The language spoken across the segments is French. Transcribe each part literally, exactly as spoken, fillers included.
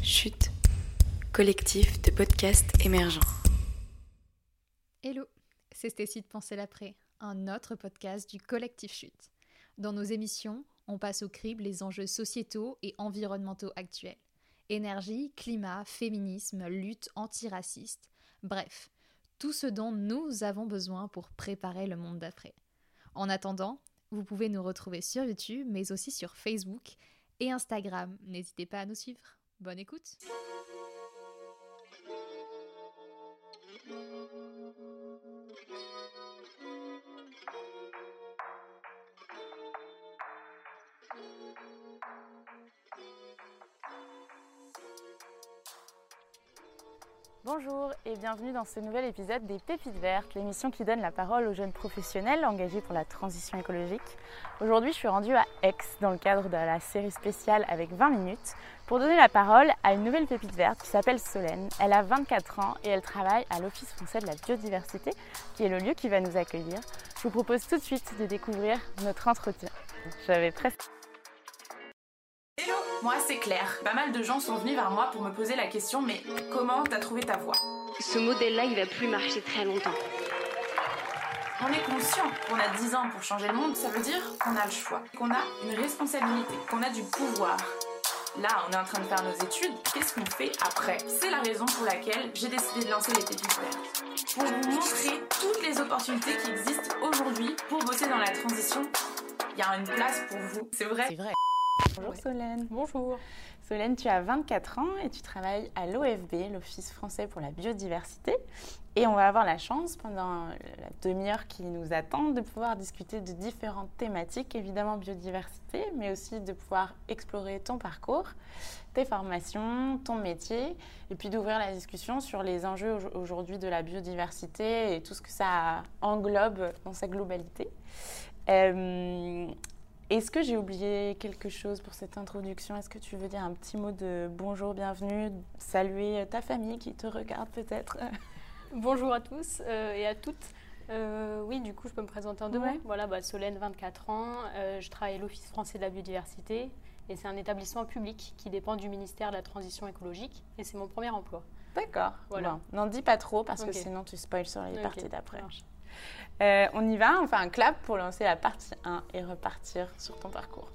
Chute, collectif de podcasts émergents. Hello, c'est Stécie de Penser l'après, un autre podcast du collectif Chute. Dans nos émissions, on passe au crible les enjeux sociétaux et environnementaux actuels. Énergie, climat, féminisme, lutte antiraciste, bref, tout ce dont nous avons besoin pour préparer le monde d'après. En attendant, vous pouvez nous retrouver sur YouTube, mais aussi sur Facebook et Instagram. N'hésitez pas à nous suivre. Bonne écoute! Bonjour et bienvenue dans ce nouvel épisode des Pépites Vertes, l'émission qui donne la parole aux jeunes professionnels engagés pour la transition écologique. Aujourd'hui, je suis rendue à Aix dans le cadre de la série spéciale avec vingt minutes pour donner la parole à une nouvelle pépite verte qui s'appelle Solène. Elle a vingt-quatre ans et elle travaille à l'Office français de la biodiversité, qui est le lieu qui va nous accueillir. Je vous propose tout de suite de découvrir notre entretien. J'avais presque... Hello, moi c'est Claire. Pas mal de gens sont venus vers moi pour me poser la question, mais comment t'as trouvé ta voie? Ce modèle-là, il va plus marcher très longtemps. On est conscient qu'on a dix ans pour changer le monde, ça veut dire qu'on a le choix, qu'on a une responsabilité, qu'on a du pouvoir. Là, on est en train de faire nos études, qu'est-ce qu'on fait après? C'est la raison pour laquelle j'ai décidé de lancer les Pépites Vertes. Pour vous montrer toutes les opportunités qui existent aujourd'hui pour bosser dans la transition, il y a une place pour vous, c'est vrai. C'est vrai. Bonjour Ouais. Solène. Bonjour. Solène, tu as vingt-quatre ans et tu travailles à l'O F B, l'Office français pour la biodiversité. Et on va avoir la chance, pendant la demi-heure qui nous attend, de pouvoir discuter de différentes thématiques, évidemment biodiversité, mais aussi de pouvoir explorer ton parcours, tes formations, ton métier, et puis d'ouvrir la discussion sur les enjeux aujourd'hui de la biodiversité et tout ce que ça englobe dans sa globalité. Euh, Est-ce que j'ai oublié quelque chose pour cette introduction? Est-ce que tu veux dire un petit mot de bonjour, bienvenue, saluer ta famille qui te regarde peut-être? Bonjour à tous euh, et à toutes. Euh, oui, du coup, je peux me présenter en deux Ouais. mots. Voilà, bah, Solène, vingt-quatre ans. Euh, je travaille à l'Office français de la biodiversité et c'est un établissement public qui dépend du ministère de la Transition écologique et c'est mon premier emploi. D'accord, Voilà. bon, n'en dis pas trop parce Ok. que sinon tu spoils sur les Ok, parties d'après. ça marche. Euh, on y va, on fait un clap pour lancer la partie un et repartir sur ton parcours.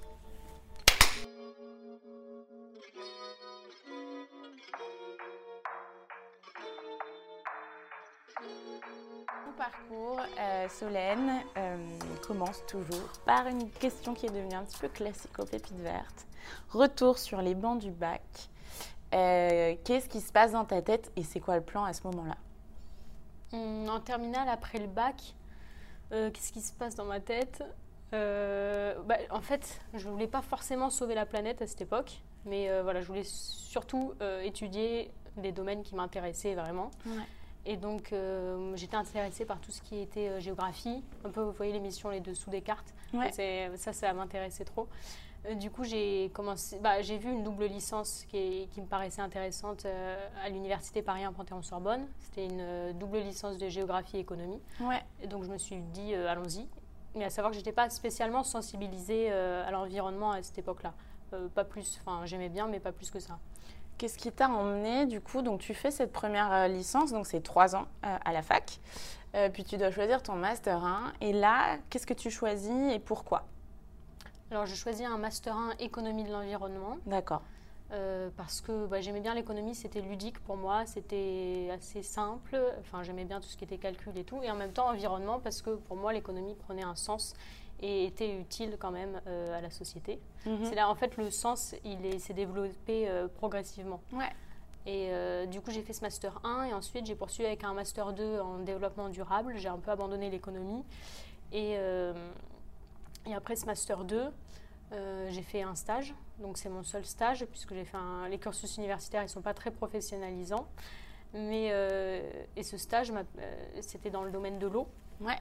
Ton parcours, euh, Solène, euh, commence toujours par une question qui est devenue un petit peu classique aux Pépites Vertes. Retour sur les bancs du bac. Euh, qu'est-ce qui se passe dans ta tête et c'est quoi le plan à ce moment-là? Hum, En terminale, après le bac, euh, qu'est-ce qui se passe dans ma tête? Euh, bah, En fait, je ne voulais pas forcément sauver la planète à cette époque, mais euh, voilà, je voulais surtout euh, étudier des domaines qui m'intéressaient vraiment. Ouais. Et donc, euh, j'étais intéressée par tout ce qui était euh, géographie. Un peu, vous voyez l'émission Les Dessous des cartes. Ouais. C'est, ça, ça m'intéressait trop. Euh, du coup, j'ai, commencé, bah, j'ai vu une double licence qui, est, qui me paraissait intéressante euh, à l'Université Paris un Panthéon-Sorbonne. C'était une euh, double licence de géographie et économie. Ouais. Et donc, je me suis dit, euh, allons-y. Mais à savoir que je n'étais pas spécialement sensibilisée euh, à l'environnement à cette époque-là. Euh, pas plus, enfin, j'aimais bien, mais pas plus que ça. Qu'est-ce qui t'a emmené du coup? Donc tu fais cette première euh, licence, donc c'est trois ans euh, à la fac, euh, puis tu dois choisir ton master un. Et là, qu'est-ce que tu choisis et pourquoi? Alors, je choisis un master un économie de l'environnement. D'accord. Euh, parce que bah, j'aimais bien l'économie, c'était ludique pour moi, c'était assez simple, enfin j'aimais bien tout ce qui était calcul et tout, et en même temps environnement parce que pour moi l'économie prenait un sens et était utile quand même euh, à la société. Mhm. C'est là en fait le sens il est, s'est développé euh, progressivement. Ouais. Et euh, du coup j'ai fait ce master un et ensuite j'ai poursuivi avec un master deux en développement durable, j'ai un peu abandonné l'économie et, euh, et après ce master deux Euh, j'ai fait un stage, donc c'est mon seul stage puisque j'ai fait un... les cursus universitaires ils sont pas très professionnalisants, mais euh, et ce stage m'a... euh, c'était dans le domaine de l'eau. Ouais.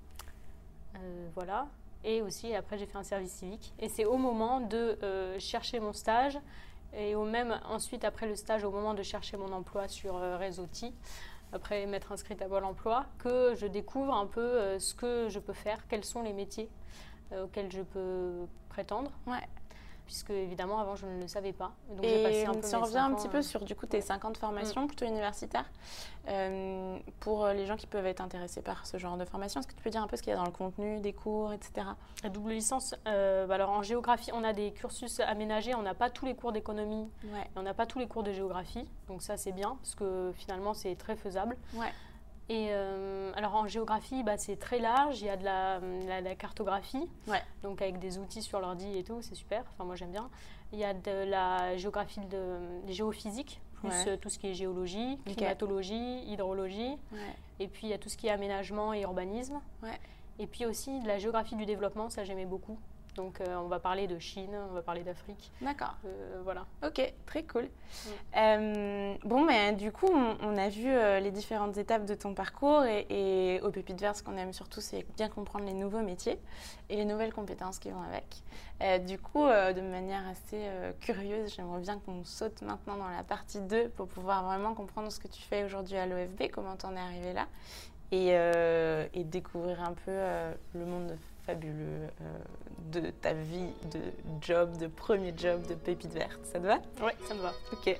Euh, voilà. Et aussi après j'ai fait un service civique et c'est au moment de euh, chercher mon stage et au même ensuite après le stage au moment de chercher mon emploi sur euh, Réseauti, après m'être inscrite à Pôle emploi, que je découvre un peu euh, ce que je peux faire, quels sont les métiers euh, auxquels je peux prétendre. Ouais. puisque évidemment avant je ne le savais pas. Donc, j'ai et passé un peu si on mes revient cinq un ans, petit peu sur du coup tes cinq ans de formation Mm. plutôt universitaire, euh, pour les gens qui peuvent être intéressés par ce genre de formation, est-ce que tu peux dire un peu ce qu'il y a dans le contenu des cours, et cetera. La double licence, euh, bah alors en géographie, on a des cursus aménagés, on n'a pas tous les cours d'économie, Ouais. et on n'a pas tous les cours de géographie, donc ça c'est bien, parce que finalement c'est très faisable. Ouais. Et euh, alors en géographie, bah, c'est très large, il y a de la, la, la cartographie, Ouais. donc avec des outils sur l'ordi et tout, c'est super, enfin moi j'aime bien. Il y a de la géographie, de, de géophysique, plus Ouais. euh, tout ce qui est géologie, Ok. climatologie, hydrologie, Ouais. et puis il y a tout ce qui est aménagement et urbanisme. Ouais. Et puis aussi de la géographie du développement, ça j'aimais beaucoup. Donc euh, on va parler de Chine, on va parler d'Afrique, D'accord. euh, voilà. Ok, très cool. Euh, bon, mais du coup, on, on a vu euh, les différentes étapes de ton parcours et, et au Pépites Vertes, ce qu'on aime surtout, c'est bien comprendre les nouveaux métiers et les nouvelles compétences qui vont avec. Euh, du coup, euh, de manière assez euh, curieuse, j'aimerais bien qu'on saute maintenant dans la partie deux pour pouvoir vraiment comprendre ce que tu fais aujourd'hui à l'O F B, comment t'en es arrivé là et, euh, et découvrir un peu euh, le monde fabuleux euh, de ta vie de job, de premier job de Pépites Vertes. Ça te va? Ouais, ça me va. Ok.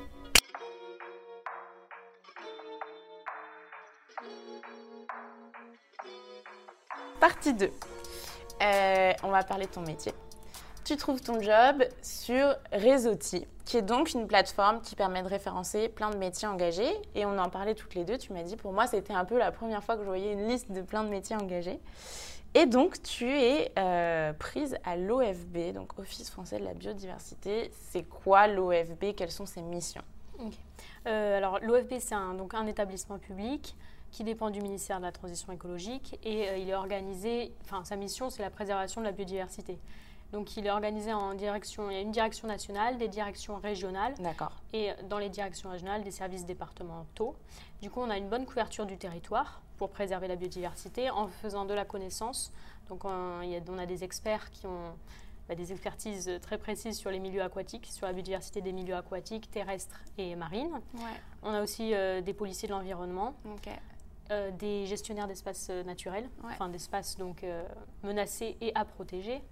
Partie deux. Euh, on va parler de ton métier. Tu trouves ton job sur Réseauti, qui est donc une plateforme qui permet de référencer plein de métiers engagés. Et on en parlait toutes les deux. Tu m'as dit, pour moi, c'était un peu la première fois que je voyais une liste de plein de métiers engagés. Et donc, tu es euh, prise à l'O F B, donc Office français de la biodiversité. C'est quoi l'O F B? Quelles sont ses missions? Okay. Euh, alors, l'O F B, c'est un, donc un établissement public qui dépend du ministère de la Transition écologique et euh, il est organisé, enfin, sa mission, c'est la préservation de la biodiversité. Donc, il est organisé en direction, il y a une direction nationale, des directions régionales. D'accord. Et dans les directions régionales, des services départementaux. Du coup, on a une bonne couverture du territoire pour préserver la biodiversité en faisant de la connaissance. Donc, on, il y a, on a des experts qui ont bah, des expertises très précises sur les milieux aquatiques, sur la biodiversité des milieux aquatiques, terrestres et marines. Ouais. On a aussi euh, des policiers de l'environnement, Ok. euh, des gestionnaires d'espaces naturels, Ouais. enfin d'espaces donc euh, menacés et à protéger.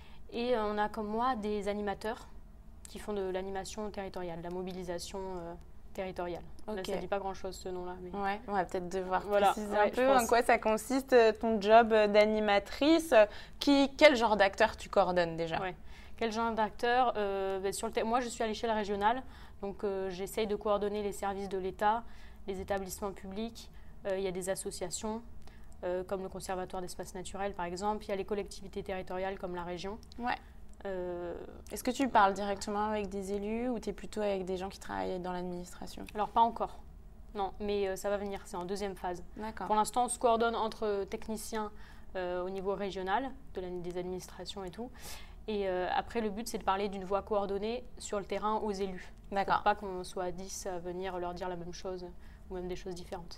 Et euh, on a comme moi des animateurs qui font de l'animation territoriale, de la mobilisation euh, territoriale. Ok. Là, ça ne dit pas grand-chose ce nom-là. Mais... Ouais, on va peut-être devoir Voilà, préciser ouais, un je peu pense. en quoi ça consiste euh, ton job euh, d'animatrice. euh, Qui, quel genre d'acteur tu coordonnes déjà? Ouais. Quel genre d'acteur euh, ben, sur le ter- Moi, je suis à l'échelle régionale, donc euh, j'essaye de coordonner les services de l'État, les établissements publics. Euh, il y a des associations, euh, comme le Conservatoire d'espaces naturels, par exemple. Il y a les collectivités territoriales, comme la région. Ouais. Euh, Est-ce que tu parles directement avec des élus ou tu es plutôt avec des gens qui travaillent dans l'administration? alors, pas encore. Non, mais euh, ça va venir, c'est en deuxième phase. D'accord. Pour l'instant, on se coordonne entre techniciens euh, au niveau régional, de la, des administrations et tout. Et euh, après, le but, c'est de parler d'une voix coordonnée sur le terrain aux élus. D'accord. Pour pas qu'on soit dix à venir leur dire la même chose ou même des choses différentes.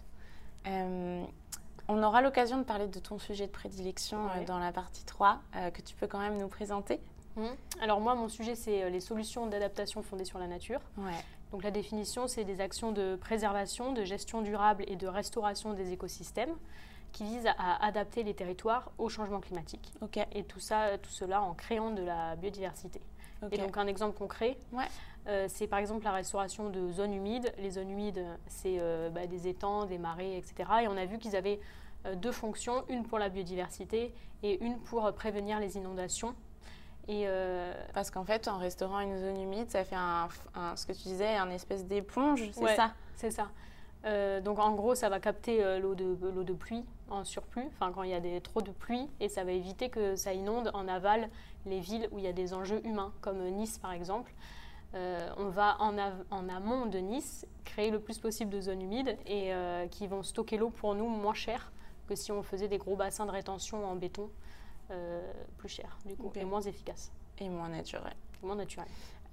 Euh, on aura l'occasion de parler de ton sujet de prédilection euh, Ouais. dans la partie trois, euh, que tu peux quand même nous présenter. Mmh. Alors moi, mon sujet, c'est euh, les solutions d'adaptation fondées sur la nature. Ouais. Donc la définition, c'est des actions de préservation, de gestion durable et de restauration des écosystèmes qui visent à adapter les territoires au changement climatique. Ok. Et tout ça, tout cela en créant de la biodiversité. Ok. Et donc un exemple concret, Ouais. euh, c'est par exemple la restauration de zones humides. Les zones humides, c'est euh, bah, des étangs, des marais, et cetera. Et on a vu qu'ils avaient euh, deux fonctions, une pour la biodiversité et une pour euh, prévenir les inondations. Et euh, Parce qu'en fait, en restaurant une zone humide, ça fait un, un- ce que tu disais, un espèce d'éponge, c'est Ouais. ça? c'est ça. Euh, donc en gros, ça va capter euh, l'eau de, l'eau de pluie en surplus, enfin quand il y a des, trop de pluie, et ça va éviter que ça inonde en aval les villes où il y a des enjeux humains, comme Nice par exemple. Euh, on va en, av- en amont de Nice créer le plus possible de zones humides et euh, qui vont stocker l'eau pour nous moins cher que si on faisait des gros bassins de rétention en béton, euh, plus cher du coup, Ok. et moins efficace, Et moins naturel. et moins naturel.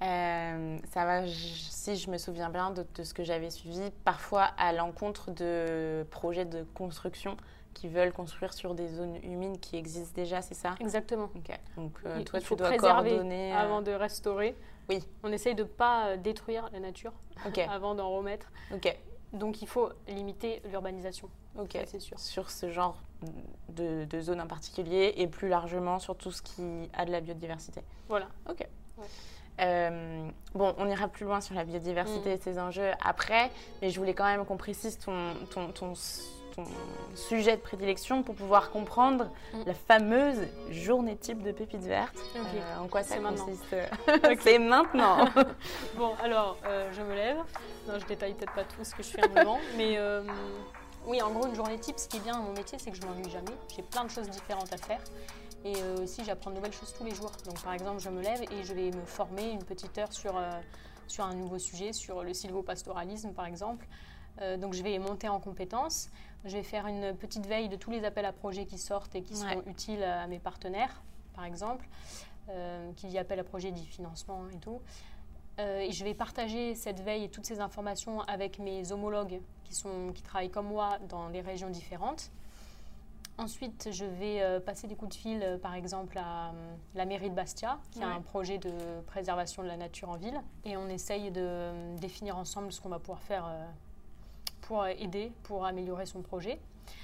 Euh, ça va, je- si je me souviens bien de, de ce que j'avais suivi, parfois à l'encontre de projets de construction qui veulent construire sur des zones humides qui existent déjà, c'est ça? Exactement. Ok. Donc euh, Il- toi, il tu faut dois préserver coordonner. euh, avant de restaurer. Oui. On essaye de ne pas euh, détruire la nature Ok. avant d'en remettre. Ok. Donc il faut limiter l'urbanisation, Ok. ça, c'est sûr. Sur ce genre de, de zone en particulier et plus largement sur tout ce qui a de la biodiversité. Voilà. Ok. Ouais. Euh, bon, on ira plus loin sur la biodiversité mmh. et ses enjeux après, mais je voulais quand même qu'on précise ton, ton, ton, ton sujet de prédilection pour pouvoir comprendre mmh. la fameuse journée type de Pépites Vertes. Okay. Euh, en quoi ça C'est consiste okay. C'est maintenant. Bon, alors, euh, je me lève. Non, je détaille peut-être pas tout ce que je fais en moment, mais euh, oui, en gros, une journée type, ce qui est bien dans mon métier, c'est que je m'ennuie jamais. J'ai plein de choses différentes à faire. Et euh, aussi, j'apprends de nouvelles choses tous les jours. Donc, par exemple, je me lève et je vais me former une petite heure sur, euh, sur un nouveau sujet, sur le sylvopastoralisme, par exemple. Euh, donc, je vais monter en compétences. Je vais faire une petite veille de tous les appels à projets qui sortent et qui ouais. sont utiles à mes partenaires, par exemple, euh, qui dit appel à projets dit financement et tout. Euh, et je vais partager cette veille et toutes ces informations avec mes homologues qui, sont, qui travaillent comme moi dans des régions différentes. Ensuite, je vais euh, passer des coups de fil, euh, par exemple, à euh, la mairie de Bastia, qui ouais. a un projet de préservation de la nature en ville. Et on essaye de euh, définir ensemble ce qu'on va pouvoir faire euh, pour aider, pour améliorer son projet.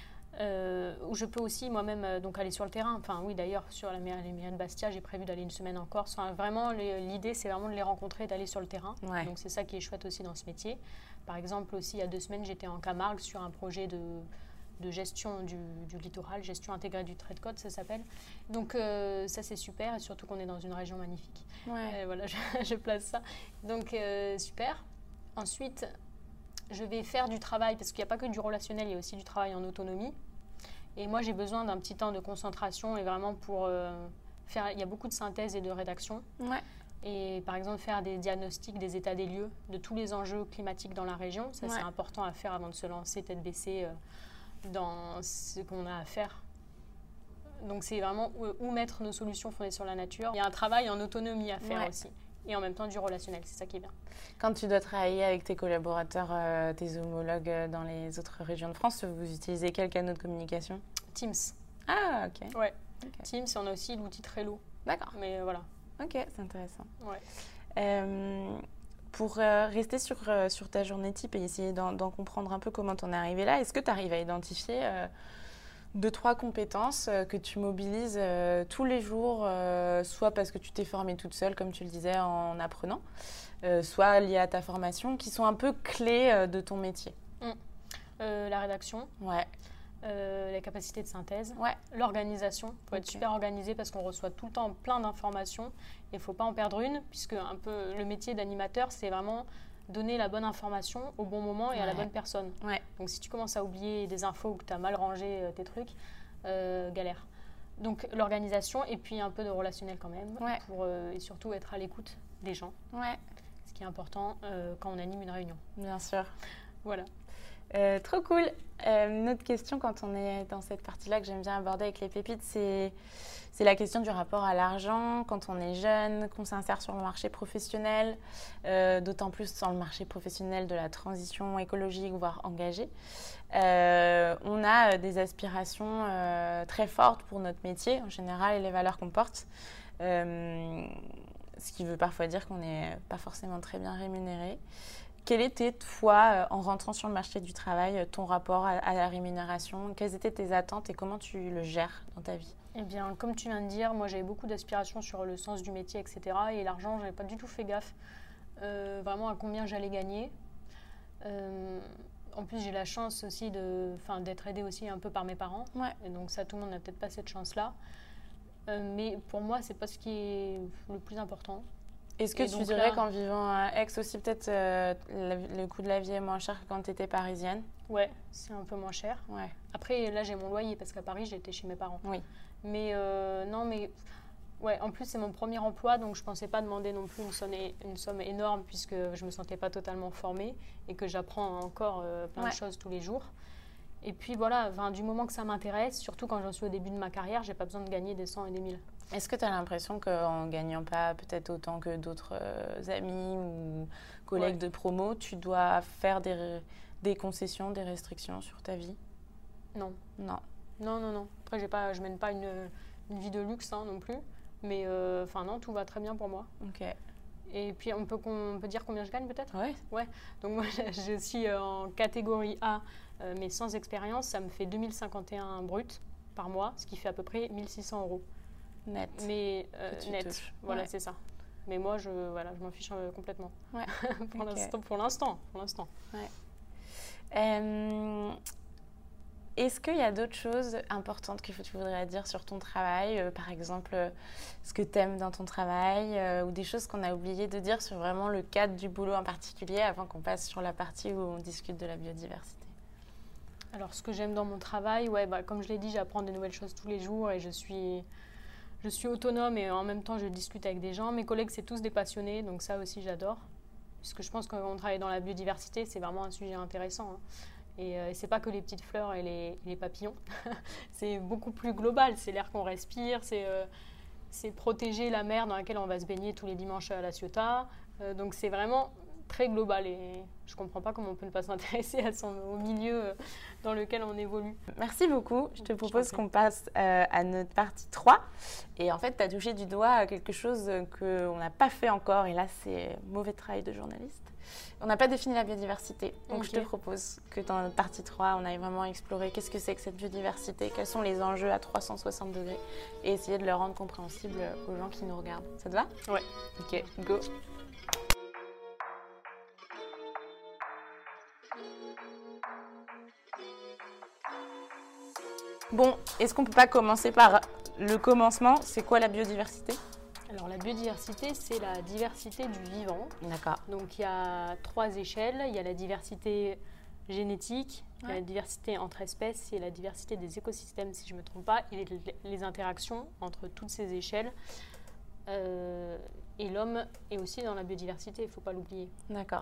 Euh, où je peux aussi moi-même euh, donc aller sur le terrain. Enfin, oui, d'ailleurs, sur la mairie, la mairie de Bastia, j'ai prévu d'aller une semaine en Corse. Enfin, vraiment, les, l'idée, c'est vraiment de les rencontrer, d'aller sur le terrain. Ouais. Donc, c'est ça qui est chouette aussi dans ce métier. Par exemple, aussi, il y a deux semaines, j'étais en Camargue sur un projet de... de gestion du, du littoral, gestion intégrée du trait de côte, ça s'appelle. Donc euh, ça c'est super, et surtout qu'on est dans une région magnifique. Ouais. Euh, voilà, je, je place ça. Donc euh, super. Ensuite, je vais faire du travail, parce qu'il n'y a pas que du relationnel, il y a aussi du travail en autonomie. Et moi j'ai besoin d'un petit temps de concentration, et vraiment pour euh, faire, il y a beaucoup de synthèse et de rédaction. Ouais. Et par exemple faire des diagnostics, des états des lieux de tous les enjeux climatiques dans la région. Ça ouais. c'est important à faire avant de se lancer tête baissée euh, dans ce qu'on a à faire. Donc c'est vraiment où, où mettre nos solutions fondées sur la nature. Il y a un travail en autonomie à faire ouais. aussi. Et en même temps du relationnel, c'est ça qui est bien. Quand tu dois travailler avec tes collaborateurs, euh, tes homologues dans les autres régions de France, vous utilisez quel canal de communication ? Teams. Ah, ok. Ouais. Okay. Teams, et on a aussi l'outil Trello. D'accord. Mais euh, voilà. Ok, c'est intéressant. Ouais. Euh, Pour euh, rester sur, euh, sur ta journée type et essayer d'en, d'en comprendre un peu comment tu en es arrivé là, est-ce que tu arrives à identifier euh, deux, trois compétences euh, que tu mobilises euh, tous les jours, euh, soit parce que tu t'es formée toute seule, comme tu le disais, en apprenant, euh, soit liées à ta formation, qui sont un peu clés euh, de ton métier ? mmh. euh, La rédaction. Ouais. Euh, les capacités de synthèse, ouais. l'organisation. Il faut okay. être super organisé parce qu'on reçoit tout le temps plein d'informations et il ne faut pas en perdre une, puisque un peu, le métier d'animateur, c'est vraiment donner la bonne information au bon moment et ouais. à la bonne personne. Ouais. Donc si tu commences à oublier des infos ou que tu as mal rangé euh, tes trucs, euh, galère. Donc l'organisation et puis un peu de relationnel quand même, ouais. pour, euh, et surtout être à l'écoute des gens, ouais. ce qui est important euh, quand on anime une réunion. Bien sûr. Voilà. Euh, trop cool. Euh, une autre question quand on est dans cette partie-là que j'aime bien aborder avec les pépites, c'est, c'est la question du rapport à l'argent quand on est jeune, qu'on s'insère sur le marché professionnel, euh, d'autant plus dans le marché professionnel de la transition écologique, voire engagée. Euh, on a des aspirations euh, très fortes pour notre métier en général et les valeurs qu'on porte, euh, ce qui veut parfois dire qu'on n'est pas forcément très bien rémunéré. Quel était, toi, en rentrant sur le marché du travail, ton rapport à, à la rémunération ? Quelles étaient tes attentes et comment tu le gères dans ta vie ? Eh bien, comme tu viens de dire, moi, j'avais beaucoup d'aspirations sur le sens du métier, et cetera. Et l'argent, je n'avais pas du tout fait gaffe euh, vraiment à combien j'allais gagner. Euh, en plus, j'ai la chance aussi de, d'être aidée aussi un peu par mes parents. Ouais. Et donc ça, tout le monde n'a peut-être pas cette chance-là. Euh, mais pour moi, ce n'est pas ce qui est le plus important. Est-ce que et tu dirais là, qu'en vivant à Aix aussi, peut-être euh, le, le coût de la vie est moins cher que quand tu étais parisienne ? Ouais, c'est un peu moins cher. Ouais. Après, là, j'ai mon loyer parce qu'à Paris, j'étais chez mes parents. Oui. Mais euh, non, mais ouais, en plus, c'est mon premier emploi, donc je ne pensais pas demander non plus une somme, une somme énorme puisque je ne me sentais pas totalement formée et que j'apprends encore euh, plein ouais. de choses tous les jours. Et puis voilà, du moment que ça m'intéresse, surtout quand j'en suis au début de ma carrière, je n'ai pas besoin de gagner des cents et des mille. Est-ce que tu as l'impression qu'en ne gagnant pas peut-être autant que d'autres euh, amis ou collègues ouais. de promo, tu dois faire des, des concessions, des restrictions sur ta vie ? Non. Non. Non, non, non. Après, j'ai pas, je ne mène pas une, une vie de luxe hein, non plus. Mais enfin euh, non, tout va très bien pour moi. Ok. Et puis, on peut, on peut dire combien je gagne peut-être ? Ouais. Ouais. Donc moi, je suis en catégorie A, euh, mais sans expérience. Ça me fait deux mille cinquante et un brut par mois, ce qui fait à peu près mille six cents euros. Net. Mais euh, net, touches. voilà, ouais. c'est ça. Mais moi, je, voilà, je m'en fiche euh, complètement. Ouais. pour, Okay. l'instant, pour l'instant. Pour l'instant. Ouais. Euh, est-ce qu'il y a d'autres choses importantes que tu voudrais dire sur ton travail, euh, par exemple, euh, ce que tu aimes dans ton travail, euh, ou des choses qu'on a oublié de dire sur vraiment le cadre du boulot en particulier, avant qu'on passe sur la partie où on discute de la biodiversité? Alors, ce que j'aime dans mon travail, ouais, bah, comme je l'ai dit, j'apprends des nouvelles choses tous les jours et je suis, je suis autonome et en même temps, je discute avec des gens. Mes collègues, c'est tous des passionnés, donc ça aussi, j'adore. Puisque je pense que quand on travaille dans la biodiversité, c'est vraiment un sujet intéressant. Hein. Et euh, c'est pas que les petites fleurs et les, les papillons, c'est beaucoup plus global. C'est l'air qu'on respire, c'est, euh, c'est protéger la mer dans laquelle on va se baigner tous les dimanches à La Ciotat. Euh, donc c'est vraiment très global et je comprends pas comment on peut ne pas s'intéresser à son, au milieu dans lequel on évolue. Merci beaucoup. Je te propose je qu'on passe euh, à notre partie trois. Et en fait, tu as touché du doigt quelque chose qu'on n'a pas fait encore. Et là, c'est mauvais travail de journaliste. On n'a pas défini la biodiversité. Donc, okay. je te propose que dans notre partie trois, on aille vraiment explorer qu'est-ce que c'est que cette biodiversité, quels sont les enjeux à trois cent soixante degrés et essayer de le rendre compréhensible aux gens qui nous regardent. Ça te va? Ouais. Ok, go. Bon, est-ce qu'on ne peut pas commencer par le commencement? C'est quoi la biodiversité? Alors la biodiversité, c'est la diversité du vivant. D'accord. Donc il y a trois échelles. Il y a la diversité génétique, ouais. il y a la diversité entre espèces et la diversité des écosystèmes, si je ne me trompe pas, et les, les interactions entre toutes ces échelles. Euh, et l'homme est aussi dans la biodiversité, il ne faut pas l'oublier. D'accord.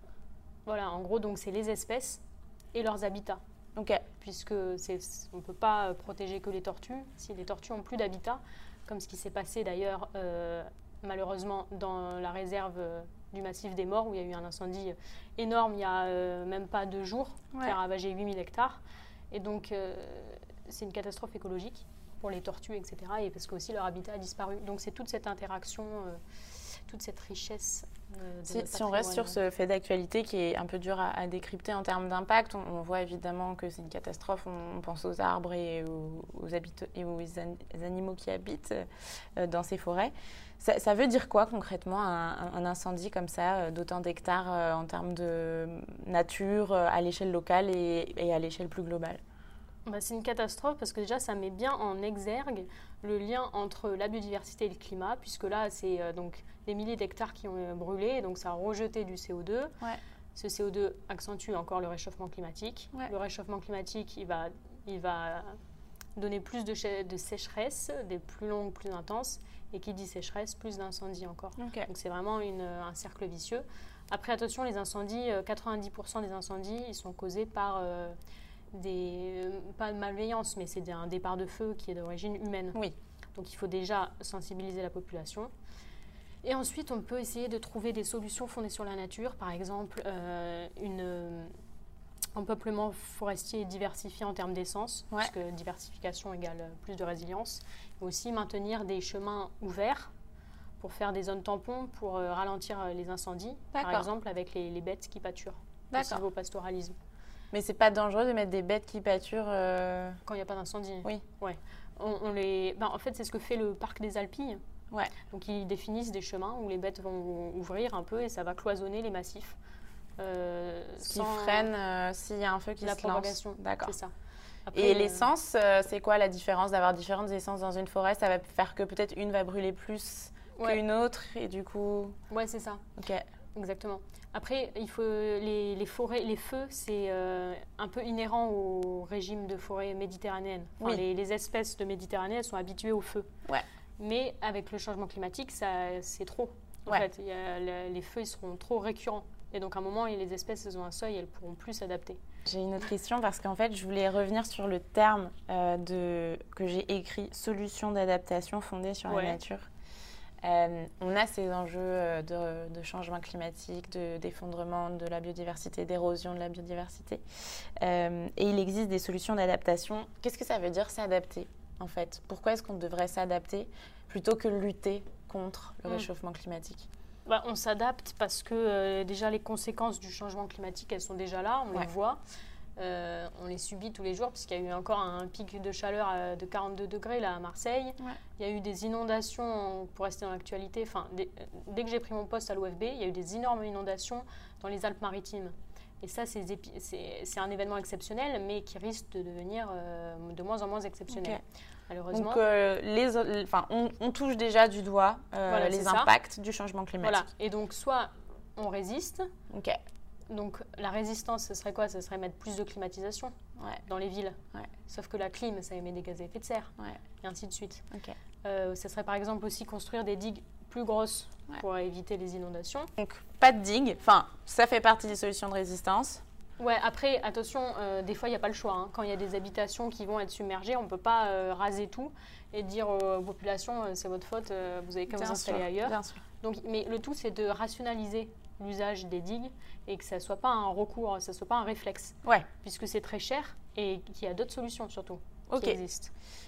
Voilà, en gros, donc c'est les espèces et leurs habitats. Ok. Puisque c'est, on ne peut pas protéger que les tortues. Si les tortues n'ont plus d'habitat, comme ce qui s'est passé d'ailleurs euh, malheureusement dans la réserve euh, du massif des Morts, où il y a eu un incendie énorme il n'y a euh, même pas deux jours, ouais. qui a ravagé huit mille hectares. Et donc euh, c'est une catastrophe écologique pour les tortues, et cetera. Et parce qu'aussi leur habitat a disparu. Donc c'est toute cette interaction, euh, toute cette richesse. Euh, de si, si on reste sur ce fait d'actualité qui est un peu dur à, à décrypter en termes d'impact, on, on voit évidemment que c'est une catastrophe. On, on pense aux arbres et aux, aux, habite- et aux an- animaux qui habitent euh, dans ces forêts. Ça, ça veut dire quoi concrètement un, un incendie comme ça, euh, d'autant d'hectares euh, en termes de nature euh, à l'échelle locale et, et à l'échelle plus globale? Bah, c'est une catastrophe parce que déjà ça met bien en exergue le lien entre la biodiversité et le climat, puisque là c'est euh, donc des milliers d'hectares qui ont euh, brûlé, donc ça a rejeté du C O deux. Ouais. Ce C O deux accentue encore le réchauffement climatique. Ouais. Le réchauffement climatique, il va, il va donner plus de, ch- de sécheresse, des plus longues, plus intenses, et qui dit sécheresse, plus d'incendies encore. Okay. Donc c'est vraiment une, un cercle vicieux. Après attention, les incendies, quatre-vingt-dix pour cent des incendies, ils sont causés par... Euh, Des, euh, pas de malveillance, mais c'est un départ de feu qui est d'origine humaine. Oui. Donc il faut déjà sensibiliser la population. Et ensuite, on peut essayer de trouver des solutions fondées sur la nature, par exemple euh, une, euh, un peuplement forestier diversifié en termes d'essence, ouais. puisque diversification égale plus de résilience. Et aussi maintenir des chemins ouverts pour faire des zones tampons, pour euh, ralentir les incendies, D'accord. par exemple avec les, les bêtes qui pâturent. D'accord. Au pastoralisme. Mais c'est pas dangereux de mettre des bêtes qui pâturent euh... quand il n'y a pas d'incendie? Oui. Ouais. On, on les... ben, en fait, c'est ce que fait le parc des Alpilles. Ouais. Donc, ils définissent des chemins où les bêtes vont ouvrir un peu et ça va cloisonner les massifs. Euh, ce qui freine euh, s'il y a un feu qui la se propagation. lance. D'accord. C'est ça. Après, et euh... l'essence, euh, c'est quoi la différence d'avoir différentes essences dans une forêt? Ça va faire que peut-être une va brûler plus ouais. qu'une autre et du coup... Ouais, c'est ça. Ok. Exactement. Après, il faut les, les forêts, les feux, c'est euh, un peu inhérent au régime de forêt méditerranéenne. Enfin, oui. les, les espèces de Méditerranée, elles sont habituées au feu. Ouais. Mais avec le changement climatique, ça, c'est trop. En ouais. fait, il y a, le, les feux, ils seront trop récurrents. Et donc, à un moment, les espèces, elles ont un seuil, elles ne pourront plus s'adapter. J'ai une autre question parce qu'en fait, je voulais revenir sur le terme euh, de, que j'ai écrit, solution d'adaptation fondée sur ouais. la nature. Euh, on a ces enjeux de, de changement climatique, de, d'effondrement de la biodiversité, d'érosion de la biodiversité. Euh, et il existe des solutions d'adaptation. Qu'est-ce que ça veut dire s'adapter, en fait? Pourquoi est-ce qu'on devrait s'adapter plutôt que lutter contre le mmh. réchauffement climatique? Bah, on s'adapte parce que euh, déjà les conséquences du changement climatique, elles sont déjà là, on ouais. les voit. euh, on les subit tous les jours, puisqu'il y a eu encore un pic de chaleur à, de quarante-deux degrés là, à Marseille. Ouais. Il y a eu des inondations, pour rester dans l'actualité, enfin, dès, dès que j'ai pris mon poste à l'O F B, il y a eu des énormes inondations dans les Alpes-Maritimes. Et ça, c'est, c'est, c'est un événement exceptionnel, mais qui risque de devenir euh, de moins en moins exceptionnel. Okay. Malheureusement. Donc, euh, les, enfin, on, on touche déjà du doigt euh, voilà, les impacts ça. du changement climatique. Voilà. Et donc, soit on résiste. Ok. Donc, la résistance, ce serait quoi? Ce serait mettre plus de climatisation ouais. dans les villes. Ouais. Sauf que la clim, ça émet des gaz à effet de serre. Ouais. Et ainsi de suite. Okay. Euh, ce serait par exemple aussi construire des digues plus grosses ouais. pour éviter les inondations. Donc, pas de digues. Enfin, ça fait partie des solutions de résistance. Ouais, après, attention, euh, des fois, il n'y a pas le choix. Hein. Quand il y a des habitations qui vont être submergées, on ne peut pas euh, raser tout et dire aux populations, euh, c'est votre faute, euh, vous avez qu'à vous installer ailleurs. Bien sûr. Donc, mais le tout, c'est de rationaliser l'usage des digues et que ça ne soit pas un recours, ça ne soit pas un réflexe. Ouais. Puisque c'est très cher et qu'il y a d'autres solutions surtout okay. qui existent.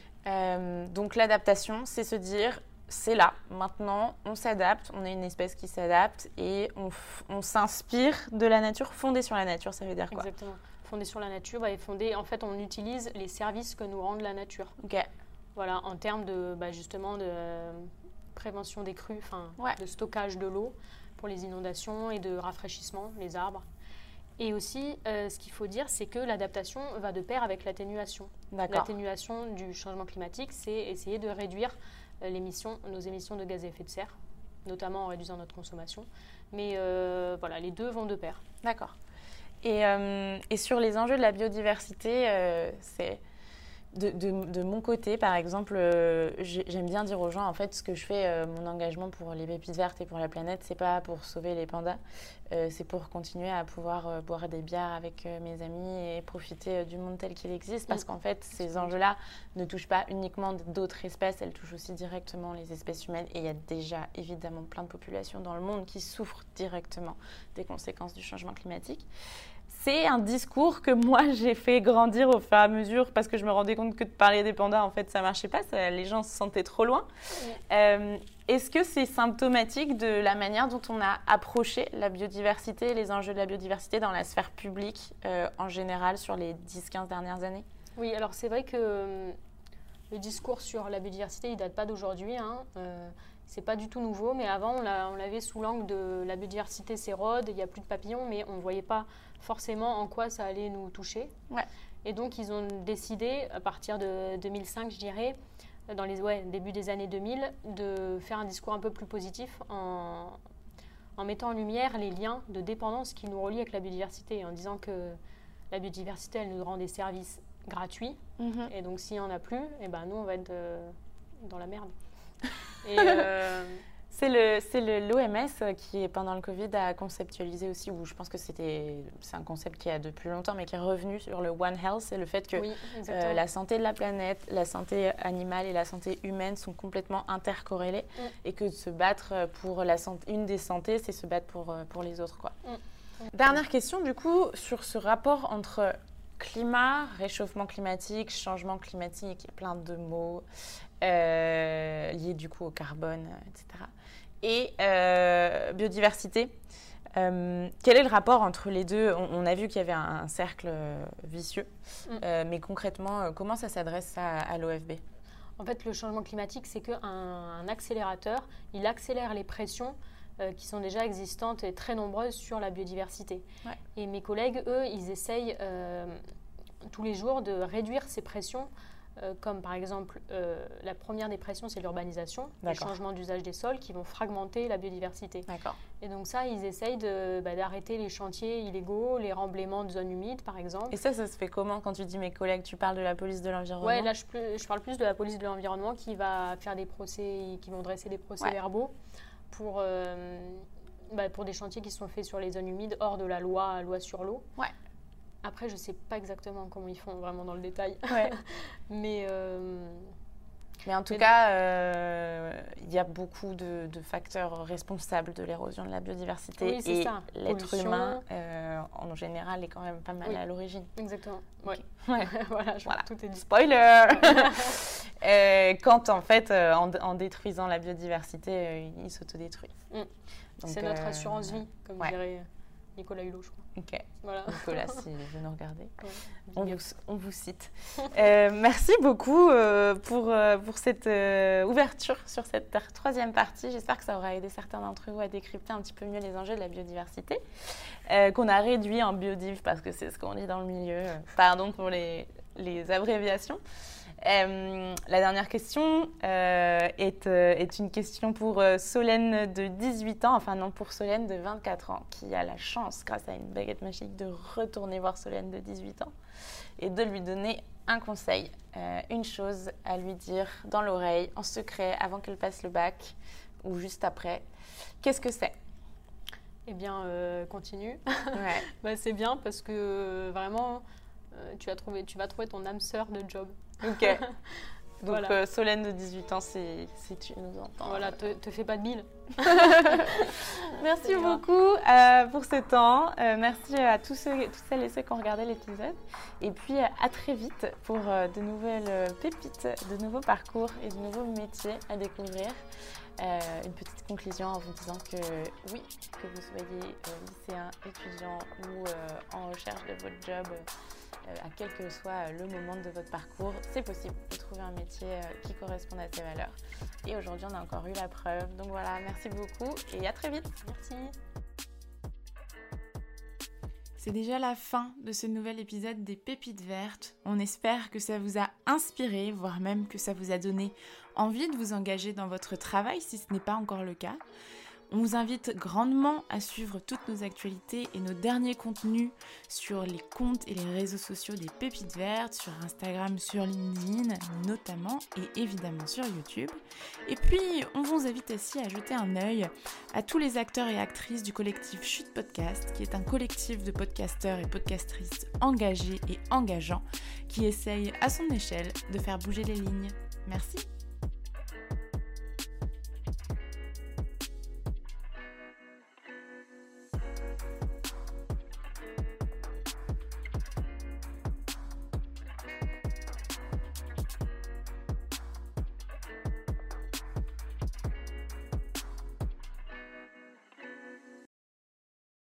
Euh, donc, l'adaptation, c'est se dire... C'est là, maintenant, on s'adapte, on est une espèce qui s'adapte et on, f- on s'inspire de la nature, fondée sur la nature, ça veut dire quoi? Exactement, fondée sur la nature, bah, et fondée, en fait, on utilise les services que nous rend la nature. Ok. Voilà, en termes de, bah, justement, de euh, prévention des crues, enfin, ouais. de stockage de l'eau pour les inondations et de rafraîchissement, les arbres. Et aussi, euh, ce qu'il faut dire, c'est que l'adaptation va de pair avec l'atténuation. D'accord. L'atténuation du changement climatique, c'est essayer de réduire l'émission, nos émissions de gaz à effet de serre, notamment en réduisant notre consommation. Mais euh, voilà, les deux vont de pair. D'accord. Et, euh, et sur les enjeux de la biodiversité, euh, c'est de, de, de mon côté, par exemple, euh, j'aime bien dire aux gens, en fait, ce que je fais, euh, mon engagement pour les pépites vertes et pour la planète, c'est pas pour sauver les pandas, euh, c'est pour continuer à pouvoir euh, boire des bières avec euh, mes amis et profiter euh, du monde tel qu'il existe, parce mmh. qu'en fait, ces enjeux-là ne touchent pas uniquement d'autres espèces, elles touchent aussi directement les espèces humaines, et il y a déjà évidemment plein de populations dans le monde qui souffrent directement des conséquences du changement climatique. C'est un discours que moi, j'ai fait grandir au fur et à mesure parce que je me rendais compte que de parler des pandas, en fait, ça ne marchait pas. Ça, les gens se sentaient trop loin. Oui. Euh, est-ce que c'est symptomatique de la manière dont on a approché la biodiversité, les enjeux de la biodiversité dans la sphère publique euh, en général sur les dix à quinze dernières années? Oui, alors c'est vrai que euh, le discours sur la biodiversité, il ne date pas d'aujourd'hui. Hein. Euh, c'est pas du tout nouveau, mais avant, on, l'a, on l'avait sous l'angle de la biodiversité s'érode, il n'y a plus de papillons, mais on ne voyait pas forcément en quoi ça allait nous toucher. Ouais. Et donc, ils ont décidé, à partir de deux mille cinq, je dirais, dans les ouais, début des années deux mille, de faire un discours un peu plus positif en, en mettant en lumière les liens de dépendance qui nous relient avec la biodiversité, en disant que la biodiversité, elle nous rend des services gratuits, mm-hmm. et donc s'il n'y en a plus, eh ben, nous, on va être euh, dans la merde. Et euh... c'est, le, c'est le, l'O M S qui, pendant le Covid, a conceptualisé aussi, ou je pense que c'était, c'est un concept qui a depuis longtemps, mais qui est revenu sur le One Health, c'est le fait que oui, euh, la santé de la planète, la santé animale et la santé humaine sont complètement intercorrélées, mm. et que se battre pour la santé, une des santé, c'est se battre pour, pour les autres, quoi. Mm. Mm. Dernière question, du coup, sur ce rapport entre climat, réchauffement climatique, changement climatique, il y a plein de mots euh, liés du coup au carbone, et cetera. Et euh, biodiversité. Euh, quel est le rapport entre les deux? on, on a vu qu'il y avait un, un cercle vicieux, mm. euh, mais concrètement, comment ça s'adresse à, à l'O F B? En fait, le changement climatique, c'est qu'un un accélérateur, il accélère les pressions Euh, qui sont déjà existantes et très nombreuses sur la biodiversité. Ouais. Et mes collègues, eux, ils essayent euh, tous les jours de réduire ces pressions, euh, comme par exemple, euh, la première des pressions, c'est l'urbanisation, les changements d'usage des sols qui vont fragmenter la biodiversité. D'accord. Et donc ça, ils essayent de, bah, d'arrêter les chantiers illégaux, les remblaiements de zones humides, par exemple. Et ça, ça se fait comment quand tu dis mes collègues? Tu parles de la police de l'environnement? Ouais, là, je, je parle plus de la police de l'environnement qui va faire des procès, qui vont dresser des procès-verbaux. Ouais. Pour, euh, bah, pour des chantiers qui sont faits sur les zones humides hors de la loi, loi sur l'eau. Ouais. Après, je ne sais pas exactement comment ils font vraiment dans le détail. Ouais. mais, euh, mais en tout mais cas, il euh, y a beaucoup de, de facteurs responsables de l'érosion de la biodiversité. Oui, c'est et ça. l'être Pollution. humain, euh, en général, est quand même pas mal oui. à l'origine. Exactement. Okay. Ouais. Ouais. voilà, je voilà. Tout est dit. Spoiler. euh, Quand, en fait, euh, en, en détruisant la biodiversité, euh, il s'autodétruit. Mm. C'est notre euh, assurance vie, comme ouais. dirait Nicolas Hulot, je crois. Ok. Voilà. Nicolas, si vous nous regardez, Ouais. on vous, on vous cite. Euh, merci beaucoup euh, pour, euh, pour cette euh, ouverture sur cette ter- troisième partie. J'espère que ça aura aidé certains d'entre vous à décrypter un petit peu mieux les enjeux de la biodiversité, euh, qu'on a réduit en biodiv parce que c'est ce qu'on dit dans le milieu. Pardon pour les, les abréviations. Euh, la dernière question euh, est, euh, est une question pour euh, Solène de dix-huit ans, enfin non, pour Solène de vingt-quatre ans, qui a la chance, grâce à une baguette magique, de retourner voir Solène de dix-huit ans et de lui donner un conseil, euh, une chose à lui dire dans l'oreille, en secret, avant qu'elle passe le bac ou juste après. Qu'est-ce que c'est ? Eh bien, euh, continue. Ouais. Bah, c'est bien parce que euh, vraiment, euh, tu, as trouvé, tu vas trouver ton âme sœur de job. Ok. Donc Voilà. euh, Solène de dix-huit ans, si, si tu nous entends. Voilà, te, te fais pas de mille. Merci C'est beaucoup euh, pour ce temps. Euh, merci à tous ceux, toutes celles et ceux qui ont regardé l'épisode. Et puis euh, à très vite pour euh, de nouvelles euh, pépites, de nouveaux parcours et de nouveaux métiers à découvrir. Euh, une petite conclusion en vous disant que oui, que vous soyez euh, lycéen, étudiant ou euh, en recherche de votre job, euh, à quel que soit le moment de votre parcours, c'est possible de trouver un métier euh, qui corresponde à ses valeurs. Et aujourd'hui, on a encore eu la preuve. Donc voilà, merci beaucoup et à très vite. Merci. C'est déjà la fin de ce nouvel épisode des Pépites Vertes. On espère que ça vous a inspiré, voire même que ça vous a donné envie de vous engager dans votre travail si ce n'est pas encore le cas. On vous invite grandement à suivre toutes nos actualités et nos derniers contenus sur les comptes et les réseaux sociaux des Pépites Vertes, sur Instagram, sur LinkedIn notamment, et évidemment sur YouTube. Et puis, on vous invite aussi à jeter un œil à tous les acteurs et actrices du collectif Chute Podcast, qui est un collectif de podcasteurs et podcastrices engagés et engageants, qui essayent à son échelle de faire bouger les lignes. Merci.